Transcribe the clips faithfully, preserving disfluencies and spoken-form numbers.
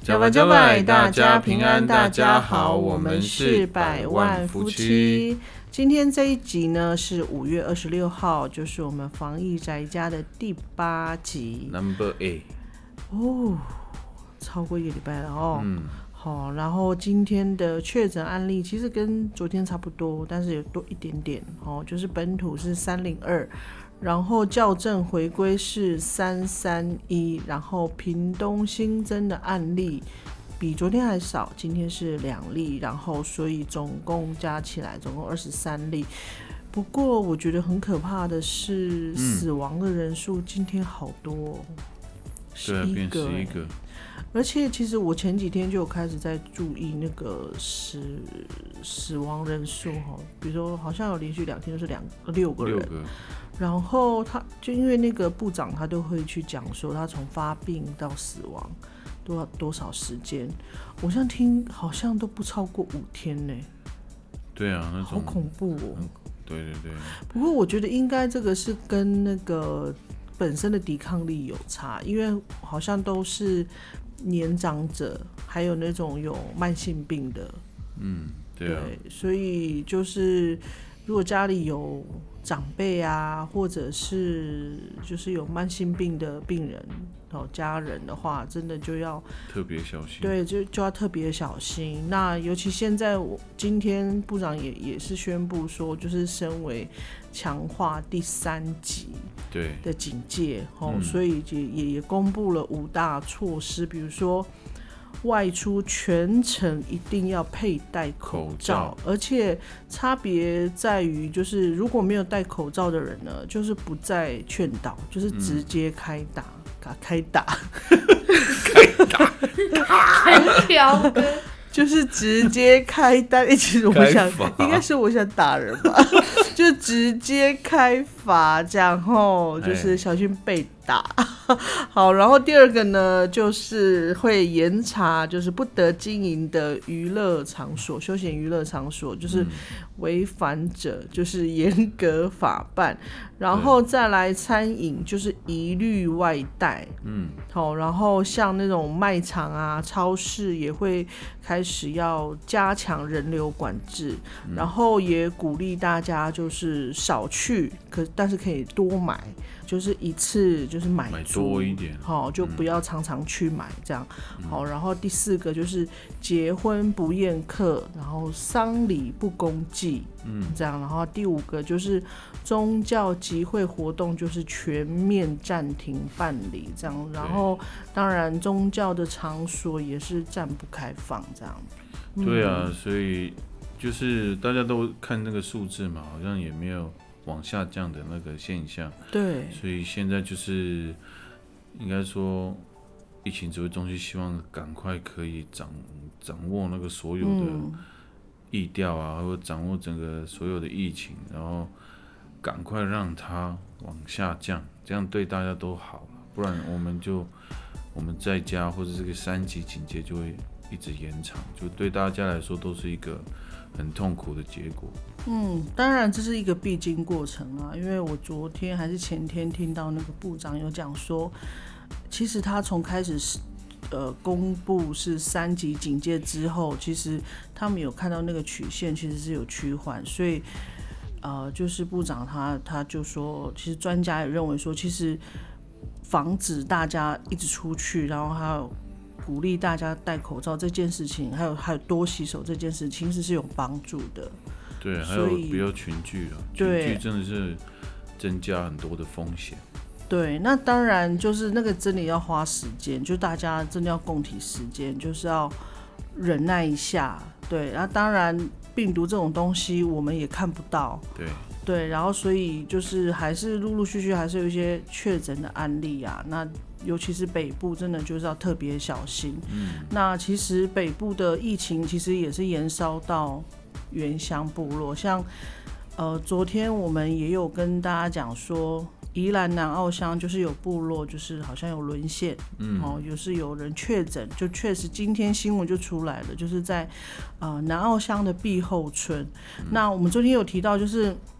加百加百，大家平安，大家好，我们是百万夫妻。今天这一集呢是五月二十六号，就是我们防疫宅家的第八集 ，Number Eight。 哦，超过一个礼拜了哦。 嗯。 好，然后今天的确诊案例其实跟昨天差不多，但是有多一点点哦，就是本土是三零二。然后校正回归是三三一，然后屏东新增的案例比昨天还少，今天是两例，然后所以总共加起来总共二十三例。不过我觉得很可怕的是、嗯、死亡的人数今天好多，十一个、欸，个而且其实我前几天就有开始在注意那个死死亡人数，比如说好像有连续两天都是两六个人，六个然后他就因为那个部长他都会去讲说他从发病到死亡多少多少时间，我现在听好像都不超过五天呢。 对啊，那种好恐怖哦。 嗯、对对对。 不过我觉得应该这个是跟那个本身的抵抗力有差，因为好像都是年长者，还有那种有慢性病的。 嗯，对啊。 对，所以就是如果家里有长辈啊，或者是就是有慢性病的病人、哦、家人的话，真的就要特别小心。 对，就就要特别小心。那尤其现在，我今天部长也也是宣布说，就是升为强化第三级的警戒，哦嗯、所以也也也公布了五大措施，比如说外出全程一定要佩戴口罩，口罩而且差别在于，就是如果没有戴口罩的人呢，就是不再劝导，就是直接开打，嗯、开打， 开打， 很屌的， 就是直接开单。其实我想，应该是我想打人吧，就直接开罚，这样后就是小心被打。好，然后第二个呢，就是会严查，就是不得经营的娱乐场所、休闲娱乐场所，就是违反者就是严格法办。然后再来餐饮，就是一律外带。嗯，好，然后像那种卖场啊、超市也会开始要加强人流管制，嗯、然后也鼓励大家就是少去，可但是可以多买。就是一次就是买多一点， 好，就不要常常去买这样。嗯、好，然后第四个就是结婚不宴客，然后丧礼不公祭，嗯，这样。然后第五个就是宗教集会活动就是全面暂停办理这样。然后当然宗教的场所也是暂不开放这样。 对啊，嗯、所以就是大家都看那个数字嘛，好像也没有往下降的那个现象， 对， 所以现在就是应该说，疫情指挥中心希望赶快可以掌掌握那个所有的疫调啊，嗯、或者掌握整个所有的疫情，然后赶快让它往下降，这样对大家都好，不然我们就我们在家或者这个三级警戒就会一直延长，就对大家来说都是一个很痛苦的结果。 嗯，当然这是一个必经过程啊，因为我昨天还是前天听到那个部长有讲说，其实他从开始是呃公布是三级警戒之后，其实他们有看到那个曲线其实是有趋缓，所以呃就是部长他他就说，其实专家也认为说，其实防止大家一直出去，然后还有鼓励大家戴口罩这件事情，还有还有多洗手这件事情，其实是有帮助的。 对，还有不要群聚啊，群聚真的是增加很多的风险。 对，那当然就是那个真的要花时间，就大家真的要共体时间，就是要忍耐一下。对，那当然病毒这种东西我们也看不到。 对。 对，然后所以就是还是陆陆续续还是有一些确诊的案例啊，那尤其是北部真的就是要特别小心。嗯，那其实北部的疫情其实也是延烧到原乡部落，像呃昨天我们也有跟大家讲说，宜兰南澳乡就是有部落就是好像有沦陷，嗯，哦，就是有人确诊，就确实今天新闻就出来了，就是在呃南澳乡的碧后村。嗯、那我们昨天有提到就是。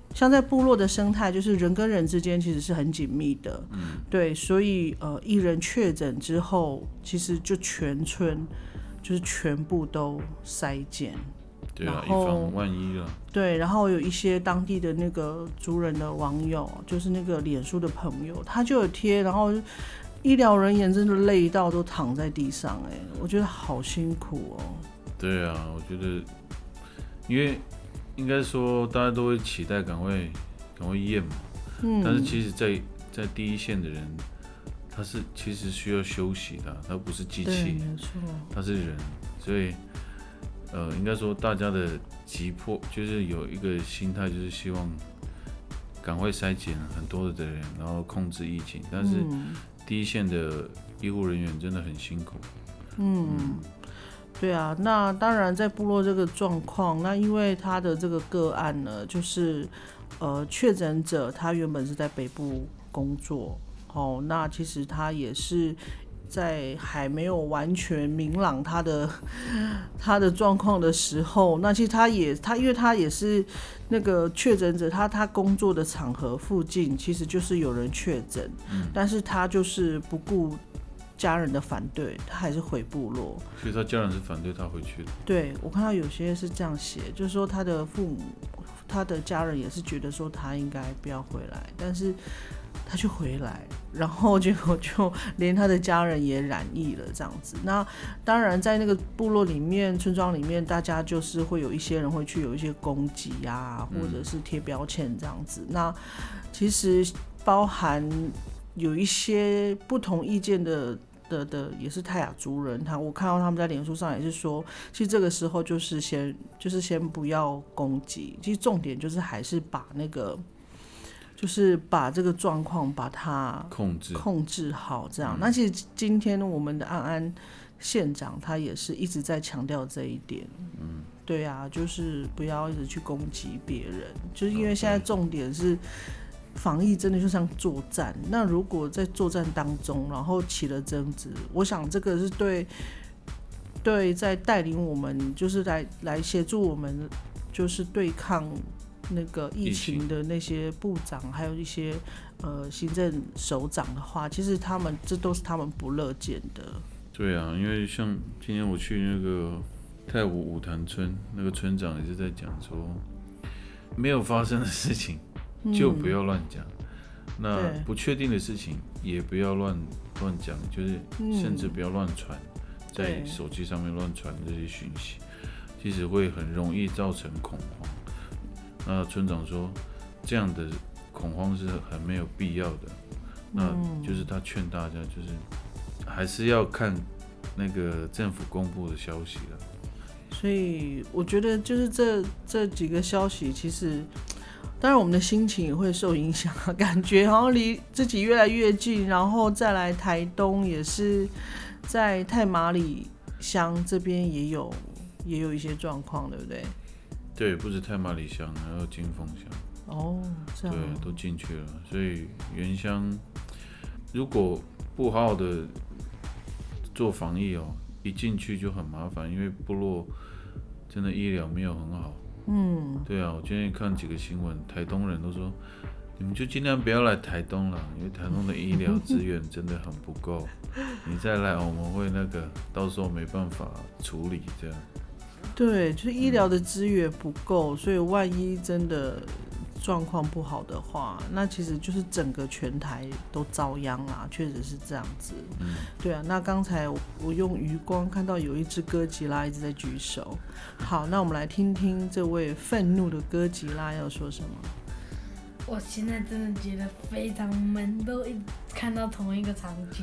像在部落的生态，就是人跟人之间其实是很紧密的，嗯，对，所以呃，一人确诊之后，其实就全村就是全部都筛检。 对啊，以防万一了。 对，然后有一些当地的那个族人的网友，就是那个脸书的朋友，他就有贴，然后医疗人员真的累到都躺在地上，哎，我觉得好辛苦哦。 对啊，我觉得，因为应该说大家都会期待赶快赶快验嘛，嗯，但是其实在，在在第一线的人，他是其实需要休息的，他不是机器， 没错， 他是人，所以。呃，应该说大家的急迫就是有一个心态，就是希望赶快筛检很多的人，然后控制疫情。但是第一线的医护人员真的很辛苦。 嗯，嗯对啊，那当然在部落这个状况，那因为他的这个个案呢，就是呃确诊者他原本是在北部工作，哦，那其实他也是。在还没有完全明朗他的他的状况的时候，那其实他也他因为他也是那个确诊者，他他工作的场合附近其实就是有人确诊，嗯，但是他就是不顾家人的反对，他还是回部落。 所以他家人是反对他回去的。 对，我看到有些是这样写，就是说他的父母、他的家人也是觉得说他应该不要回来，但是。他就回来，然后结果就连他的家人也染疫了，这样子。那当然，在那个部落里面、村庄里面，大家就是会有一些人会去有一些攻击啊，或者是贴标签这样子。嗯、那其实包含有一些不同意见的的的，也是泰雅族人，他我看到他们在脸书上也是说，其实这个时候就是先就是先不要攻击，其实重点就是还是把那个。就是把这个状况把它控制控制好，这样。嗯、那其实今天我们的安安县长他也是一直在强调这一点。嗯，对啊，就是不要一直去攻击别人，就是因为现在重点是防疫，真的就像作战。那如果在作战当中，然后起了争执，我想这个是对对在带领我们，就是来来协助我们，就是对抗。那个疫情的那些部长，还有一些呃行政首长的话，其实他们这都是他们不乐见的。 对啊，因为像今天我去那个泰武五潭村，那个村长也是在讲说，没有发生的事情就不要乱讲，嗯、那不确定的事情也不要乱乱讲，就是甚至不要乱传，嗯、在手机上面乱传这些讯息，其实会很容易造成恐慌。那村长说，这样的恐慌是很没有必要的。那就是他劝大家，就是还是要看那个政府公布的消息了。 所以我觉得，就是这这几个消息，其实当然我们的心情也会受影响啊，感觉好像离自己越来越近。然后再来台东，也是在太麻里乡这边也有也有一些状况，对不对？ 对，不止太麻里乡，还有金凤乡。 哦，这样。 对，都进去了。所以原乡如果不好好的做防疫哦，一进去就很麻烦，因为部落真的医疗没有很好。嗯，对啊，我今天看几个新闻，台东人都说，你们就尽量不要来台东了，因为台东的医疗资源真的很不够。你再来，我们会那个到时候没办法处理这样。 对，就是医疗的资源不够，所以万一真的状况不好的话，那其实就是整个全台都遭殃啦，确实是这样子。嗯，对啊。那刚才我用余光看到有一只哥吉拉一直在举手。好，那我们来听听这位愤怒的哥吉拉要说什么。 我现在真的觉得非常闷，都一看到同一个场景，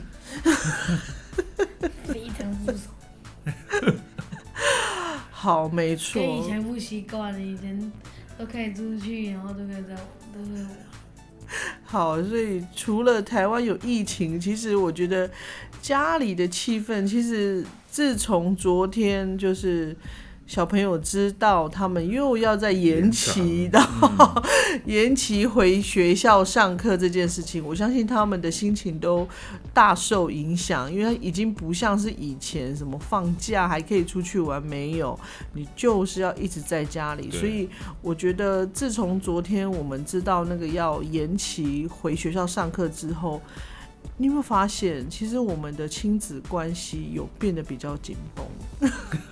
非常不爽。 好，没错。 跟以前不习惯了，以前都可以出去，然后都可以在都可以玩。 好，所以除了台湾有疫情，其实我觉得家里的气氛，其实自从昨天就是小朋友知道他们又要再延期，然后延期回学校上课这件事情，我相信他们的心情都大受影响，因为已经不像是以前什么放假还可以出去玩，没有，你就是要一直在家里。所以我觉得自从昨天我们知道那个要延期回学校上课之后，你有没有发现其实我们的亲子关系有变得比较紧绷？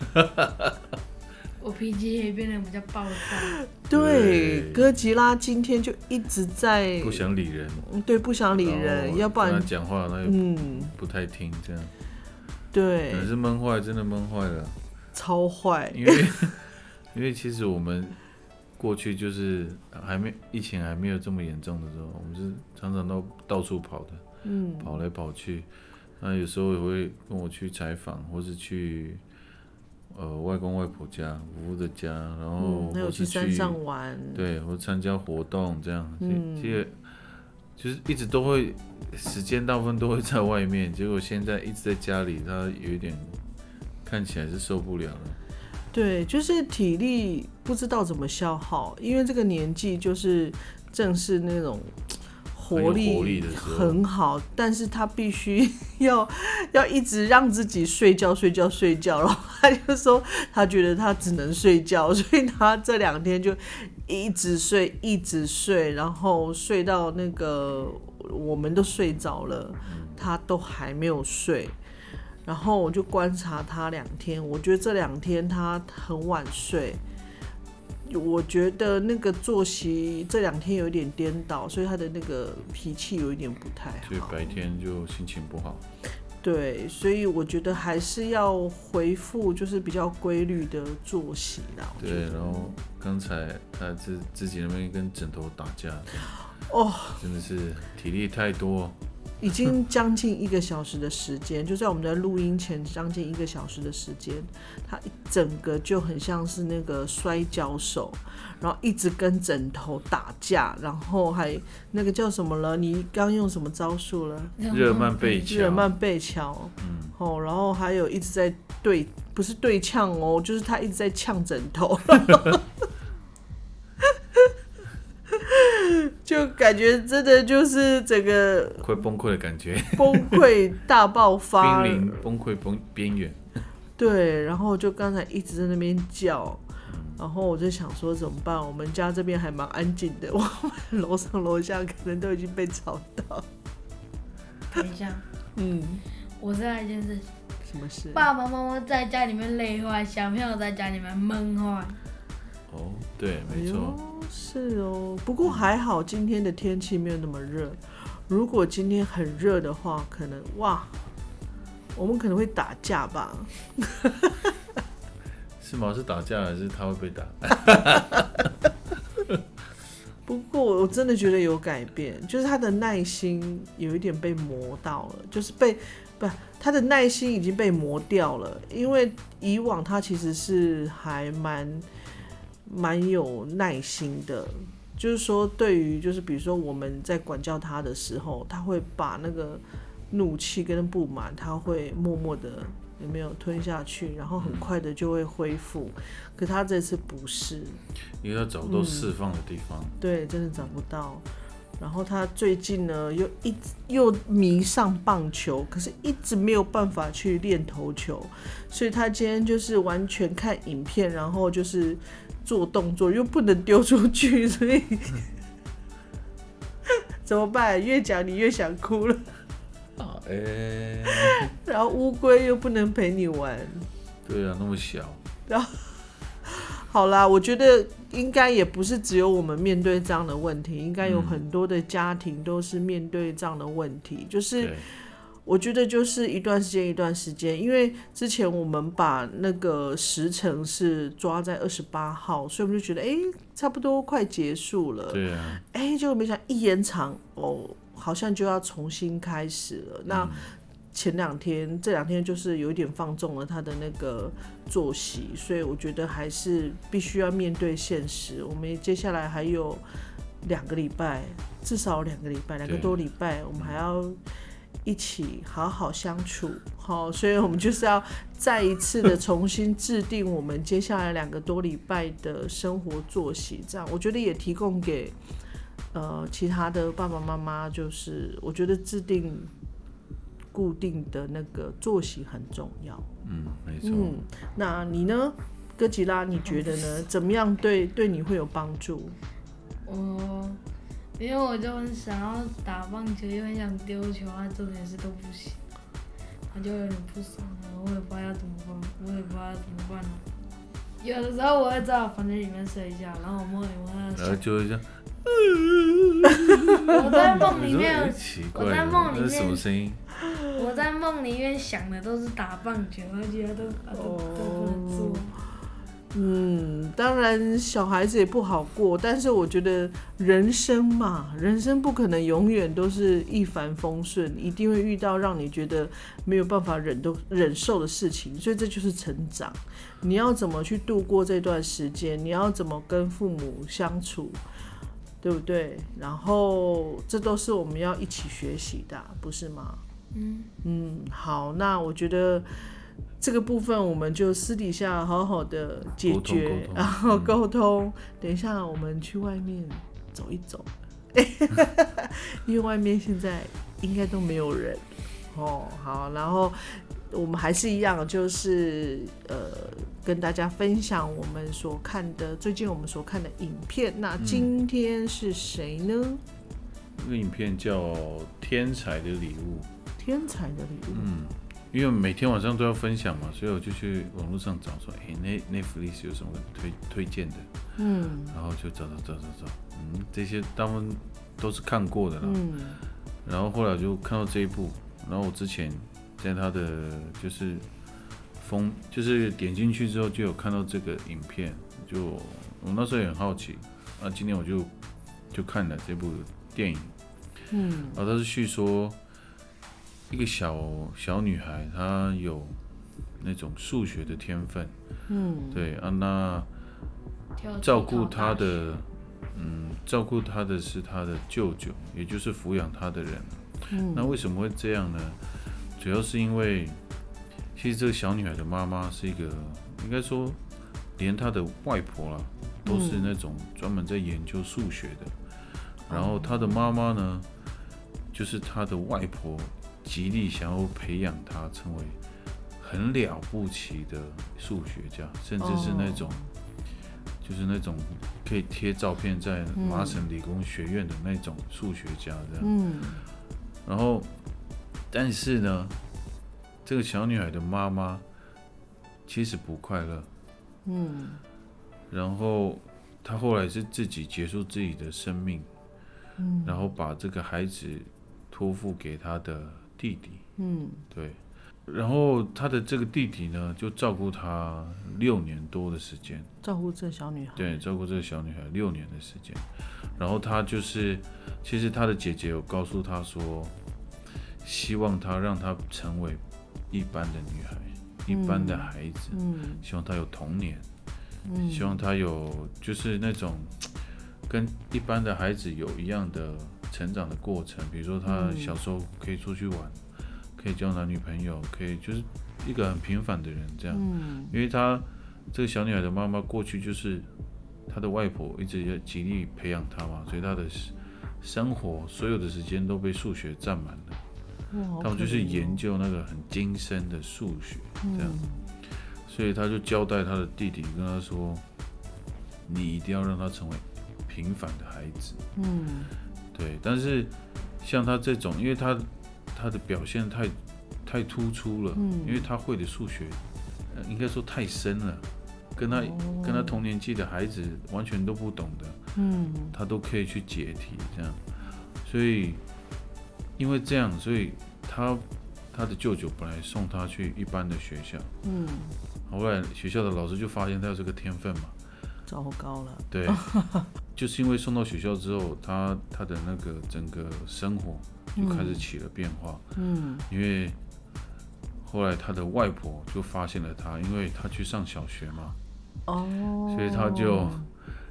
我脾气也变得比较暴躁。 对，哥吉拉今天就一直在不想理人， 对，不想理人，要不然跟他讲话他又不太听，这样。 对， 可是闷坏，真的闷坏了， 超坏。 因为因为其实我们过去就是还没疫情还没有这么严重的时候，我们是常常都到处跑的，嗯，跑来跑去。那有时候也会跟我去采访，或是去呃外公外婆家、姑姑的家，然后还有、嗯、去山上玩， 对，或参加活动这样。嗯，其实就是一直都会时间大部分都会在外面，结果现在一直在家里，他有一点看起来是受不了了。 对，就是体力不知道怎么消耗，因为这个年纪就是正是那种活力很好，但是他必须要要一直让自己睡觉睡觉睡觉，然后他就说他觉得他只能睡觉，所以他这两天就一直睡一直睡，然后睡到那个我们都睡着了，他都还没有睡。然后我就观察他两天，我觉得这两天他很晚睡，我觉得那个作息这两天有一点颠倒，所以他的那个脾气有一点不太好， 所以白天就心情不好。 对，所以我觉得还是要恢复就是比较规律的作息啦。 对，然后刚才他自自己那边跟枕头打架， 哦， 真的是体力太多。 已经将近一个小时的时间，就在我们在录音前将近一个小时的时间，他整个就很像是那个摔跤手，然后一直跟枕头打架，然后还那个叫什么了？你刚用什么招数了？ 日曼贝乔。 日曼贝乔，嗯，哦，然后还有一直在对，不是对呛哦，就是他一直在呛枕头。就感觉真的就是整个快崩溃的感觉， 崩溃大爆发， 濒临崩溃边缘。 对，然后就刚才一直在那边叫，然后我就想说怎么办？我们家这边还蛮安静的，我们楼上楼下可能都已经被吵到。 等一下，嗯，我知道一件事。 什么事？ 爸爸妈妈在家里面累坏，小朋友在家里面闷坏。 哦，对，没错。 哎是哦，不过还好今天的天气没有那么热。如果今天很热的话，可能哇，我们可能会打架吧。 是吗？是打架还是他会被打？ 不过我真的觉得有改变，就是他的耐心有一点被磨到了，就是被不，他的耐心已经被磨掉了。因为以往他其实是还蛮。蛮有耐心的，就是说对于就是比如说我们在管教他的时候，他会把那个怒气跟不满他会默默的有没有吞下去，然后很快的就会恢复。可他这次不是， 因为他找不到释放的地方、嗯、 对，真的找不到。然后他最近呢又一又迷上棒球，可是一直没有办法去练投球，所以他今天就是完全看影片，然后就是做动作又不能丢出去，所以怎么办？越讲你越想哭了。 啊，哎、欸， 然后乌龟又不能陪你玩。 对啊，那么小。 然后好啦，我觉得应该也不是只有我们面对这样的问题，应该有很多的家庭都是面对这样的问题，就是我觉得就是一段时间一段时间，因为之前我们把那个时程是抓在二十八号，所以我们就觉得哎、欸，差不多快结束了。 对啊。哎、 欸，结果没想到一延长哦，好像就要重新开始了。那前两天这两天就是有一点放纵了他的那个作息，所以我觉得还是必须要面对现实。我们接下来还有两个礼拜，至少两个礼拜，两个多礼拜，我们还要一起好好相处。好，所以我们就是要再一次的重新制定我们接下来两个多礼拜的生活作息，这样我觉得也提供给呃其他的爸爸妈妈，就是我觉得制定固定的那个作息很重要。 嗯，没错。 嗯，那你呢，哥吉拉？你觉得呢？怎么样对对你会有帮助？ 我因为我就很想要打棒球，又很想丢球啊，这件事都不行，他就有点不爽了。我也不知道要怎么办，我也不知道要怎么办了。有的时候我会在我房间里面睡一下，然后我梦里我在然后就会这样。 我在梦里面， 奇怪， 我在梦里面， 那是什么声音？ 我在梦里面想的都是打棒球，而且都都都不能做。 嗯，当然小孩子也不好过，但是我觉得人生嘛，人生不可能永远都是一帆风顺，一定会遇到让你觉得没有办法忍都忍受的事情，所以这就是成长。你要怎么去度过这段时间？你要怎么跟父母相处？对不对？然后这都是我们要一起学习的，不是吗？ 嗯嗯，好，那我觉得这个部分我们就私底下好好的解决，然后沟通。等一下我们去外面走一走，因为外面现在应该都没有人哦。好，然后我们还是一样，就是呃跟大家分享我们所看的最近我们所看的影片。那今天是谁呢？ 这个影片叫《天才的礼物》。 天才的礼物。 嗯，因为每天晚上都要分享嘛，所以我就去网络上找说，哎、欸，那 Netflix 有什么推推荐的？嗯，然后就找找找找找，嗯，这些大部分都是看过的啦。嗯，然后后来就看到这一部，然后我之前在他的就是封，就是点进去之后就有看到这个影片，就我那时候也很好奇，那今天我就就看了这部电影。嗯，然后他是叙说。一个小小女孩，她有那种数学的天分，嗯，对啊，那照顾她的，嗯，照顾她的是她的舅舅，也就是抚养她的人。嗯，那为什么会这样呢？主要是因为，其实这个小女孩的妈妈是一个，应该说，连她的外婆啦，都是那种专门在研究数学的。嗯、然后她的妈妈呢，就是她的外婆。极力想要培养他成为很了不起的数学家，甚至是那种， oh. 就是那种可以贴照片在麻省理工学院的那种数学家这样。嗯。然后，但是呢，这个小女孩的妈妈其实不快乐。嗯。然后她后来是自己结束自己的生命，嗯，然后把这个孩子托付给她的。弟弟，嗯，对，然后他的这个弟弟呢，就照顾他六年多的时间， 照顾这小女孩， 对，照顾这个小女孩六年的时间，然后他就是，其实他的姐姐有告诉他说，希望他让他成为一般的女孩，嗯、一般的孩子，嗯，希望他有童年，嗯，希望他有就是那种跟一般的孩子有一样的。成长的过程，比如说他小时候可以出去玩，嗯、可以交男女朋友，可以就是一个很平凡的人这样。嗯、因为他这个小女孩的妈妈过去就是她的外婆一直极力培养她嘛，所以她的生活所有的时间都被数学占满了。他们就是研究那个很精深的数学这样，嗯、所以他就交代他的弟弟跟他说：“你一定要让他成为平凡的孩子。”嗯。对，但是像他这种，因为他他的表现太太突出了，嗯、因为他会的数学，呃、应该说太深了，跟他、哦、跟他同年纪的孩子完全都不懂的，嗯，他都可以去解题这样，所以因为这样，所以他他的舅舅本来送他去一般的学校，嗯，后来学校的老师就发现他有这个天分嘛。 糟糕了， 对，就是因为送到学校之后，他他的那个整个生活就开始起了变化。嗯，因为后来他的外婆就发现了他，因为他去上小学嘛，哦，所以他就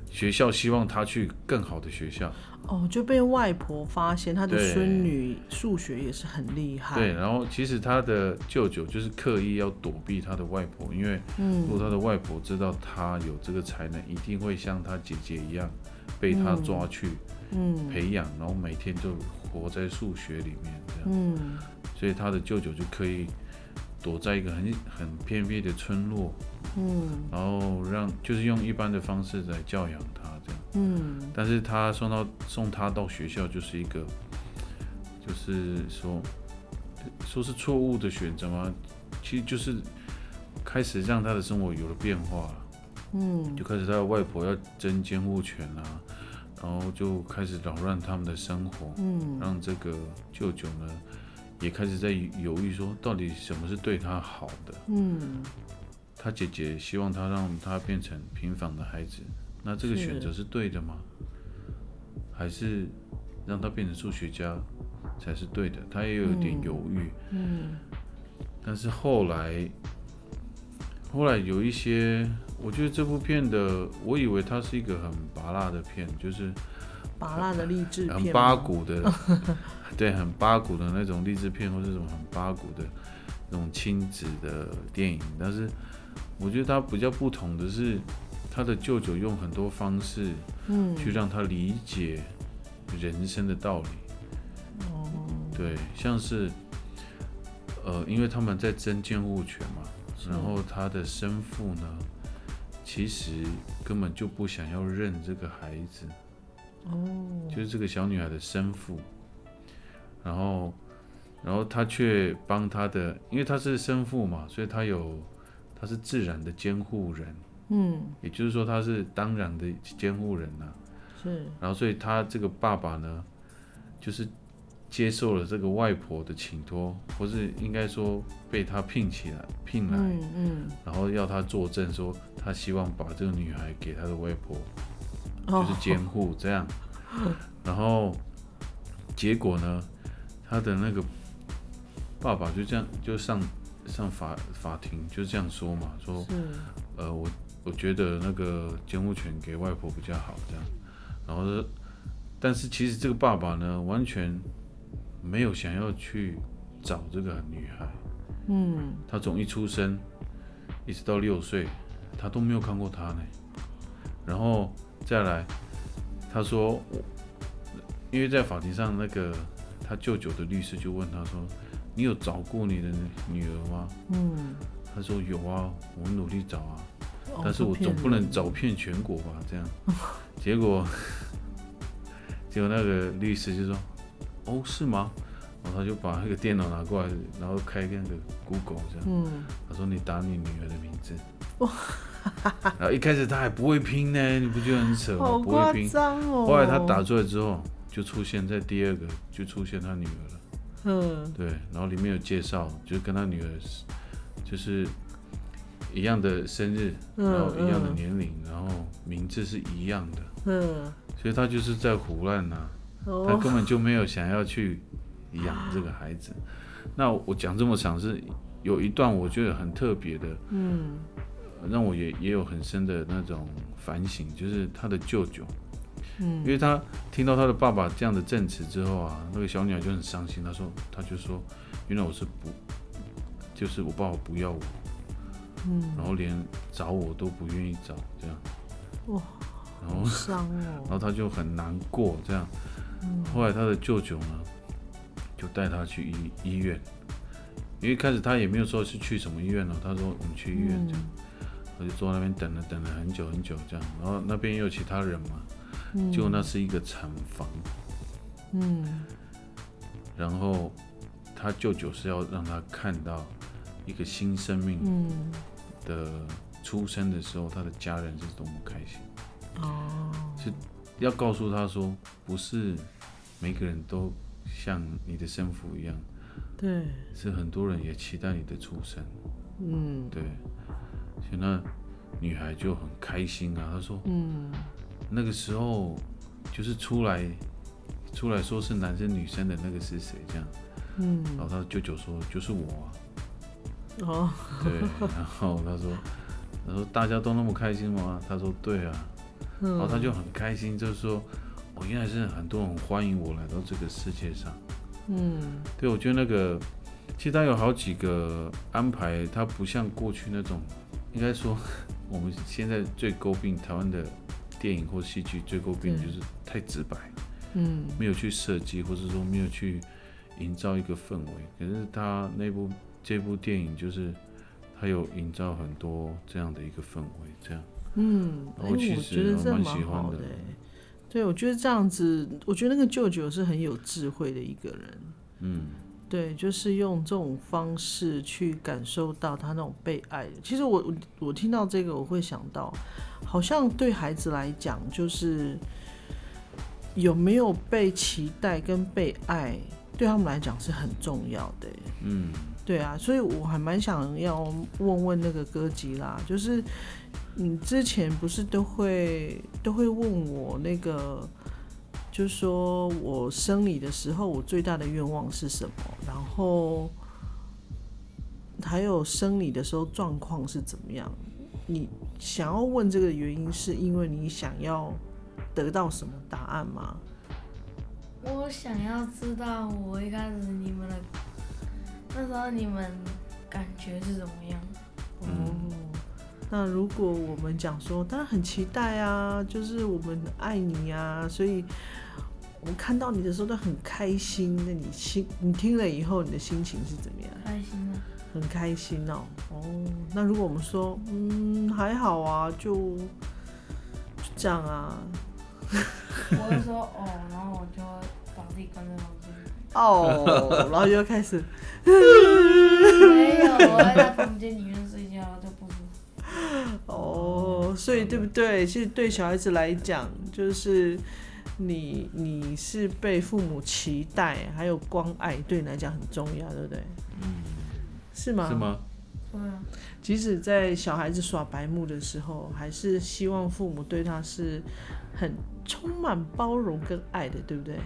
学校希望他去更好的学校。 哦，就被外婆发现他的孙女数学也是很厉害。 对，然后其实他的舅舅就是刻意要躲避他的外婆，因为如果他的外婆知道他有这个才能，一定会像他姐姐一样被他抓去培养，然后每天就活在数学里面这样。嗯，所以他的舅舅就刻意躲在一个很很偏僻的村落，嗯，然后让就是用一般的方式来教养他这样。嗯，但是他送到送他到学校就是一个，就是说说是错误的选择吗？其实就是开始让他的生活有了变化了。嗯，就开始他的外婆要争监护权啊，然后就开始扰乱他们的生活。嗯，让这个舅舅呢也开始在犹豫说，到底什么是对他好的？嗯，他姐姐希望他让他变成平凡的孩子。那这个选择是对的吗？还是让他变成数学家才是对的？他也有点犹豫。嗯，但是后来，后来有一些，我觉得这部片的，我以为它是一个很拔辣的片，就是拔辣的励志片， 很八股的，对，很八股的那种励志片，或是什么很八股的那种亲子的电影。但是我觉得它比较不同的是，他的舅舅用很多方式，嗯，去让他理解人生的道理。哦，对，像是，呃，因为他们在争监护权嘛，然后他的生父呢，其实根本就不想要认这个孩子。哦，就是这个小女孩的生父，然后，然后他却帮他的，因为他是生父嘛，所以他有，他是自然的监护人。嗯，也就是说他是当然的监护人呐、啊，是。然后所以他这个爸爸呢，就是接受了这个外婆的请托，或是应该说被他聘起来聘来，嗯嗯，然后要他作证说他希望把这个女孩给他的外婆，就是监护这样。哦、然后结果呢，他的那个爸爸就这样就上上法法庭就这样说嘛，说呃我。我觉得那个监护权给外婆比较好，这样，然后，但是其实这个爸爸呢，完全没有想要去找这个女孩，嗯，他从一出生一直到六岁，他都没有看过她呢，然后再来，他说，因为在法庭上那个他舅舅的律师就问他说，你有找过你的女儿吗？嗯，他说有啊，我努力找啊。但是我总不能找遍全国吧？这样，结果，结果那个律师就说：“哦，是吗？”然后他就把那个电脑拿过来，然后开那个 Google 这样，嗯，他说：“你打你女儿的名字。”然后一开始他还不会拼呢，你不觉得很扯吗？不会拼， 哦、 后来他打出来之后，就出现在第二个，就出现他女儿了。嗯，对，然后里面有介绍，就是跟他女儿，就是一样的生日，然后一样的年龄，嗯嗯、然后名字是一样的。嗯，所以他就是在唬烂呐，他根本就没有想要去养这个孩子。那我讲这么长是有一段我觉得很特别的，嗯，让我也也有很深的那种反省，就是他的舅舅。嗯，因为他听到他的爸爸这样的证词之后啊，那个小女孩就很伤心。他说，他就说，原来我是不，就是我爸爸不要我，嗯，然后连找我都不愿意找，这样， 哇， 然后伤哦， 然后他就很难过，这样，嗯，后来他的舅舅呢，就带他去医医院，因为一开始他也没有说是去什么医院了，他说我们去医院这样，嗯，我就坐在那边等了等了很久很久这样，然后那边也有其他人嘛。结果那是一个产房，嗯，然后他舅舅是要让他看到一个新生命的出生的时候，他的家人是多么开心，哦，是要告诉他说，不是每个人都像你的生父一样， 对， 是很多人也期待你的出生，嗯，对，所以那女孩就很开心啊，她说，嗯。那个时候就是出来出来说是男生女生的那个是谁这样，嗯，然后他舅舅说就是我啊，哦，对，然后他说他说大家都那么开心吗？他说对啊， 然后他就很开心，就是说，我、哦、原来是很多人欢迎我来到这个世界上。 嗯， 对，我觉得那个其实他有好几个安排，他不像过去那种，应该说我们现在最诟病台湾的电影或戏剧最诟病就是太直白， 嗯， 没有去设计，或者说没有去营造一个氛围。可是他那部这部电影就是他有营造很多这样的一个氛围，这样。 嗯， 我其实蛮喜欢的。 对，我觉得这样子，我觉得那个舅舅是很有智慧的一个人。 嗯， 对，就是用这种方式去感受到他那种被爱的。其实我我听到这个，我会想到，好像对孩子来讲，就是有没有被期待跟被爱，对他们来讲是很重要的。 嗯， 对啊，所以我还蛮想要问问那个哥吉拉，就是你之前不是都会都会问我那个，就是说我生理的时候我最大的愿望是什么，然后还有生理的时候状况是怎么样？你想要问这个原因是因为你想要得到什么答案吗？ 我想要知道我一开始你们的那时候你们感觉是怎么样？ 哦，那如果我们讲说，当然很期待啊，就是我们爱你啊，所以我们看到你的时候都很开心。那你心，你听了以后，你的心情是怎么样？ 开心啊， 很开心哦。哦，那如果我们说，嗯，还好啊，就就这样啊。 我会说哦，然后我就会把自己关在房间。 哦，然后就开始。 没有，我会在房间里面睡觉，就不舒服。 哦，所以对不对？其实对小孩子来讲，就是你你是被父母期待还有关爱，对你来讲很重要，对不对？ 嗯， 是吗？ 是吗？ 对啊。 即使在小孩子耍白目的时候，还是希望父母对他是很充满包容跟爱的，对不对？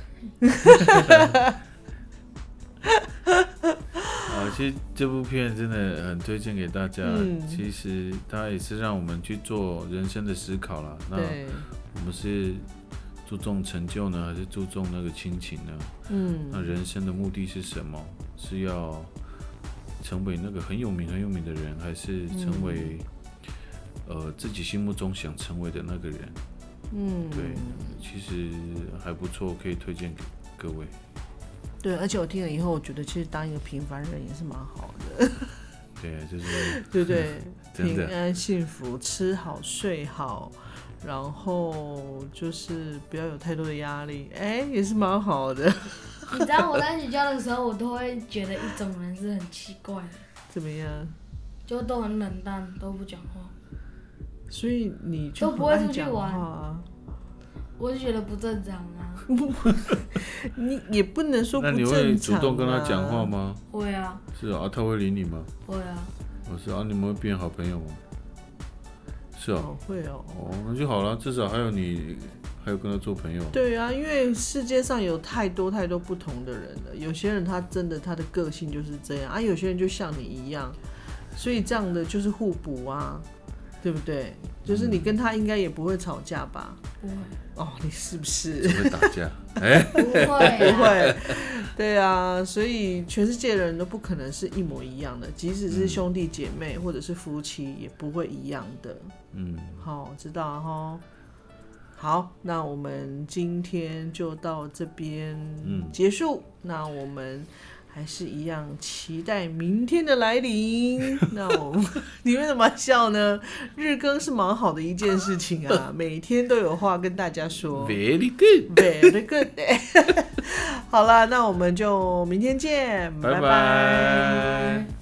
啊，其实这部片真的很推荐给大家。嗯、其实它也是让我们去做人生的思考啦。那我们是注重成就呢，还是注重那个亲情呢？嗯，那人生的目的是什么？是要成为那个很有名很有名的人，还是成为、嗯、呃自己心目中想成为的那个人？嗯，对，其实还不错，可以推荐给各位。 对，而且我听了以后，我觉得其实当一个平凡人也是蛮好的。 对，就是对不对？平安幸福，吃好睡好，然后就是不要有太多的压力，哎，也是蛮好的。 你知道我在学校的时候，我都会觉得一种人是很奇怪的。 怎么样？ 就都很冷淡，都不讲话。 所以你就都不会出去玩啊？ 我就觉得不正常啊。 你也不能说不正常、啊、 那你会主动跟他讲话吗？ 会啊。 是啊，他会理你吗？ 会啊。 我、哦、是啊，你们会变好朋友吗？是啊、 哦，会哦。 哦，那就好了，至少还有你，还有跟他做朋友。 对啊，因为世界上有太多太多不同的人了，有些人他真的他的个性就是这样啊，有些人就像你一样，所以这样的就是互补啊。对不对？就是你跟他应该也不会吵架吧？ 不会。 哦，你是不是？ 只会打架？哎、 欸，不会、啊， 不会。对啊，所以全世界的人都不可能是一模一样的，即使是兄弟姐妹或者是夫妻，也不会一样的。嗯，好，知道了哈。好，那我们今天就到这边结束。嗯、那我们还是一样期待明天的来临。那我们你为什么笑呢？日更是蛮好的一件事情啊，每天都有话跟大家说。 Very good, very good 。好啦，那我们就明天见，拜拜。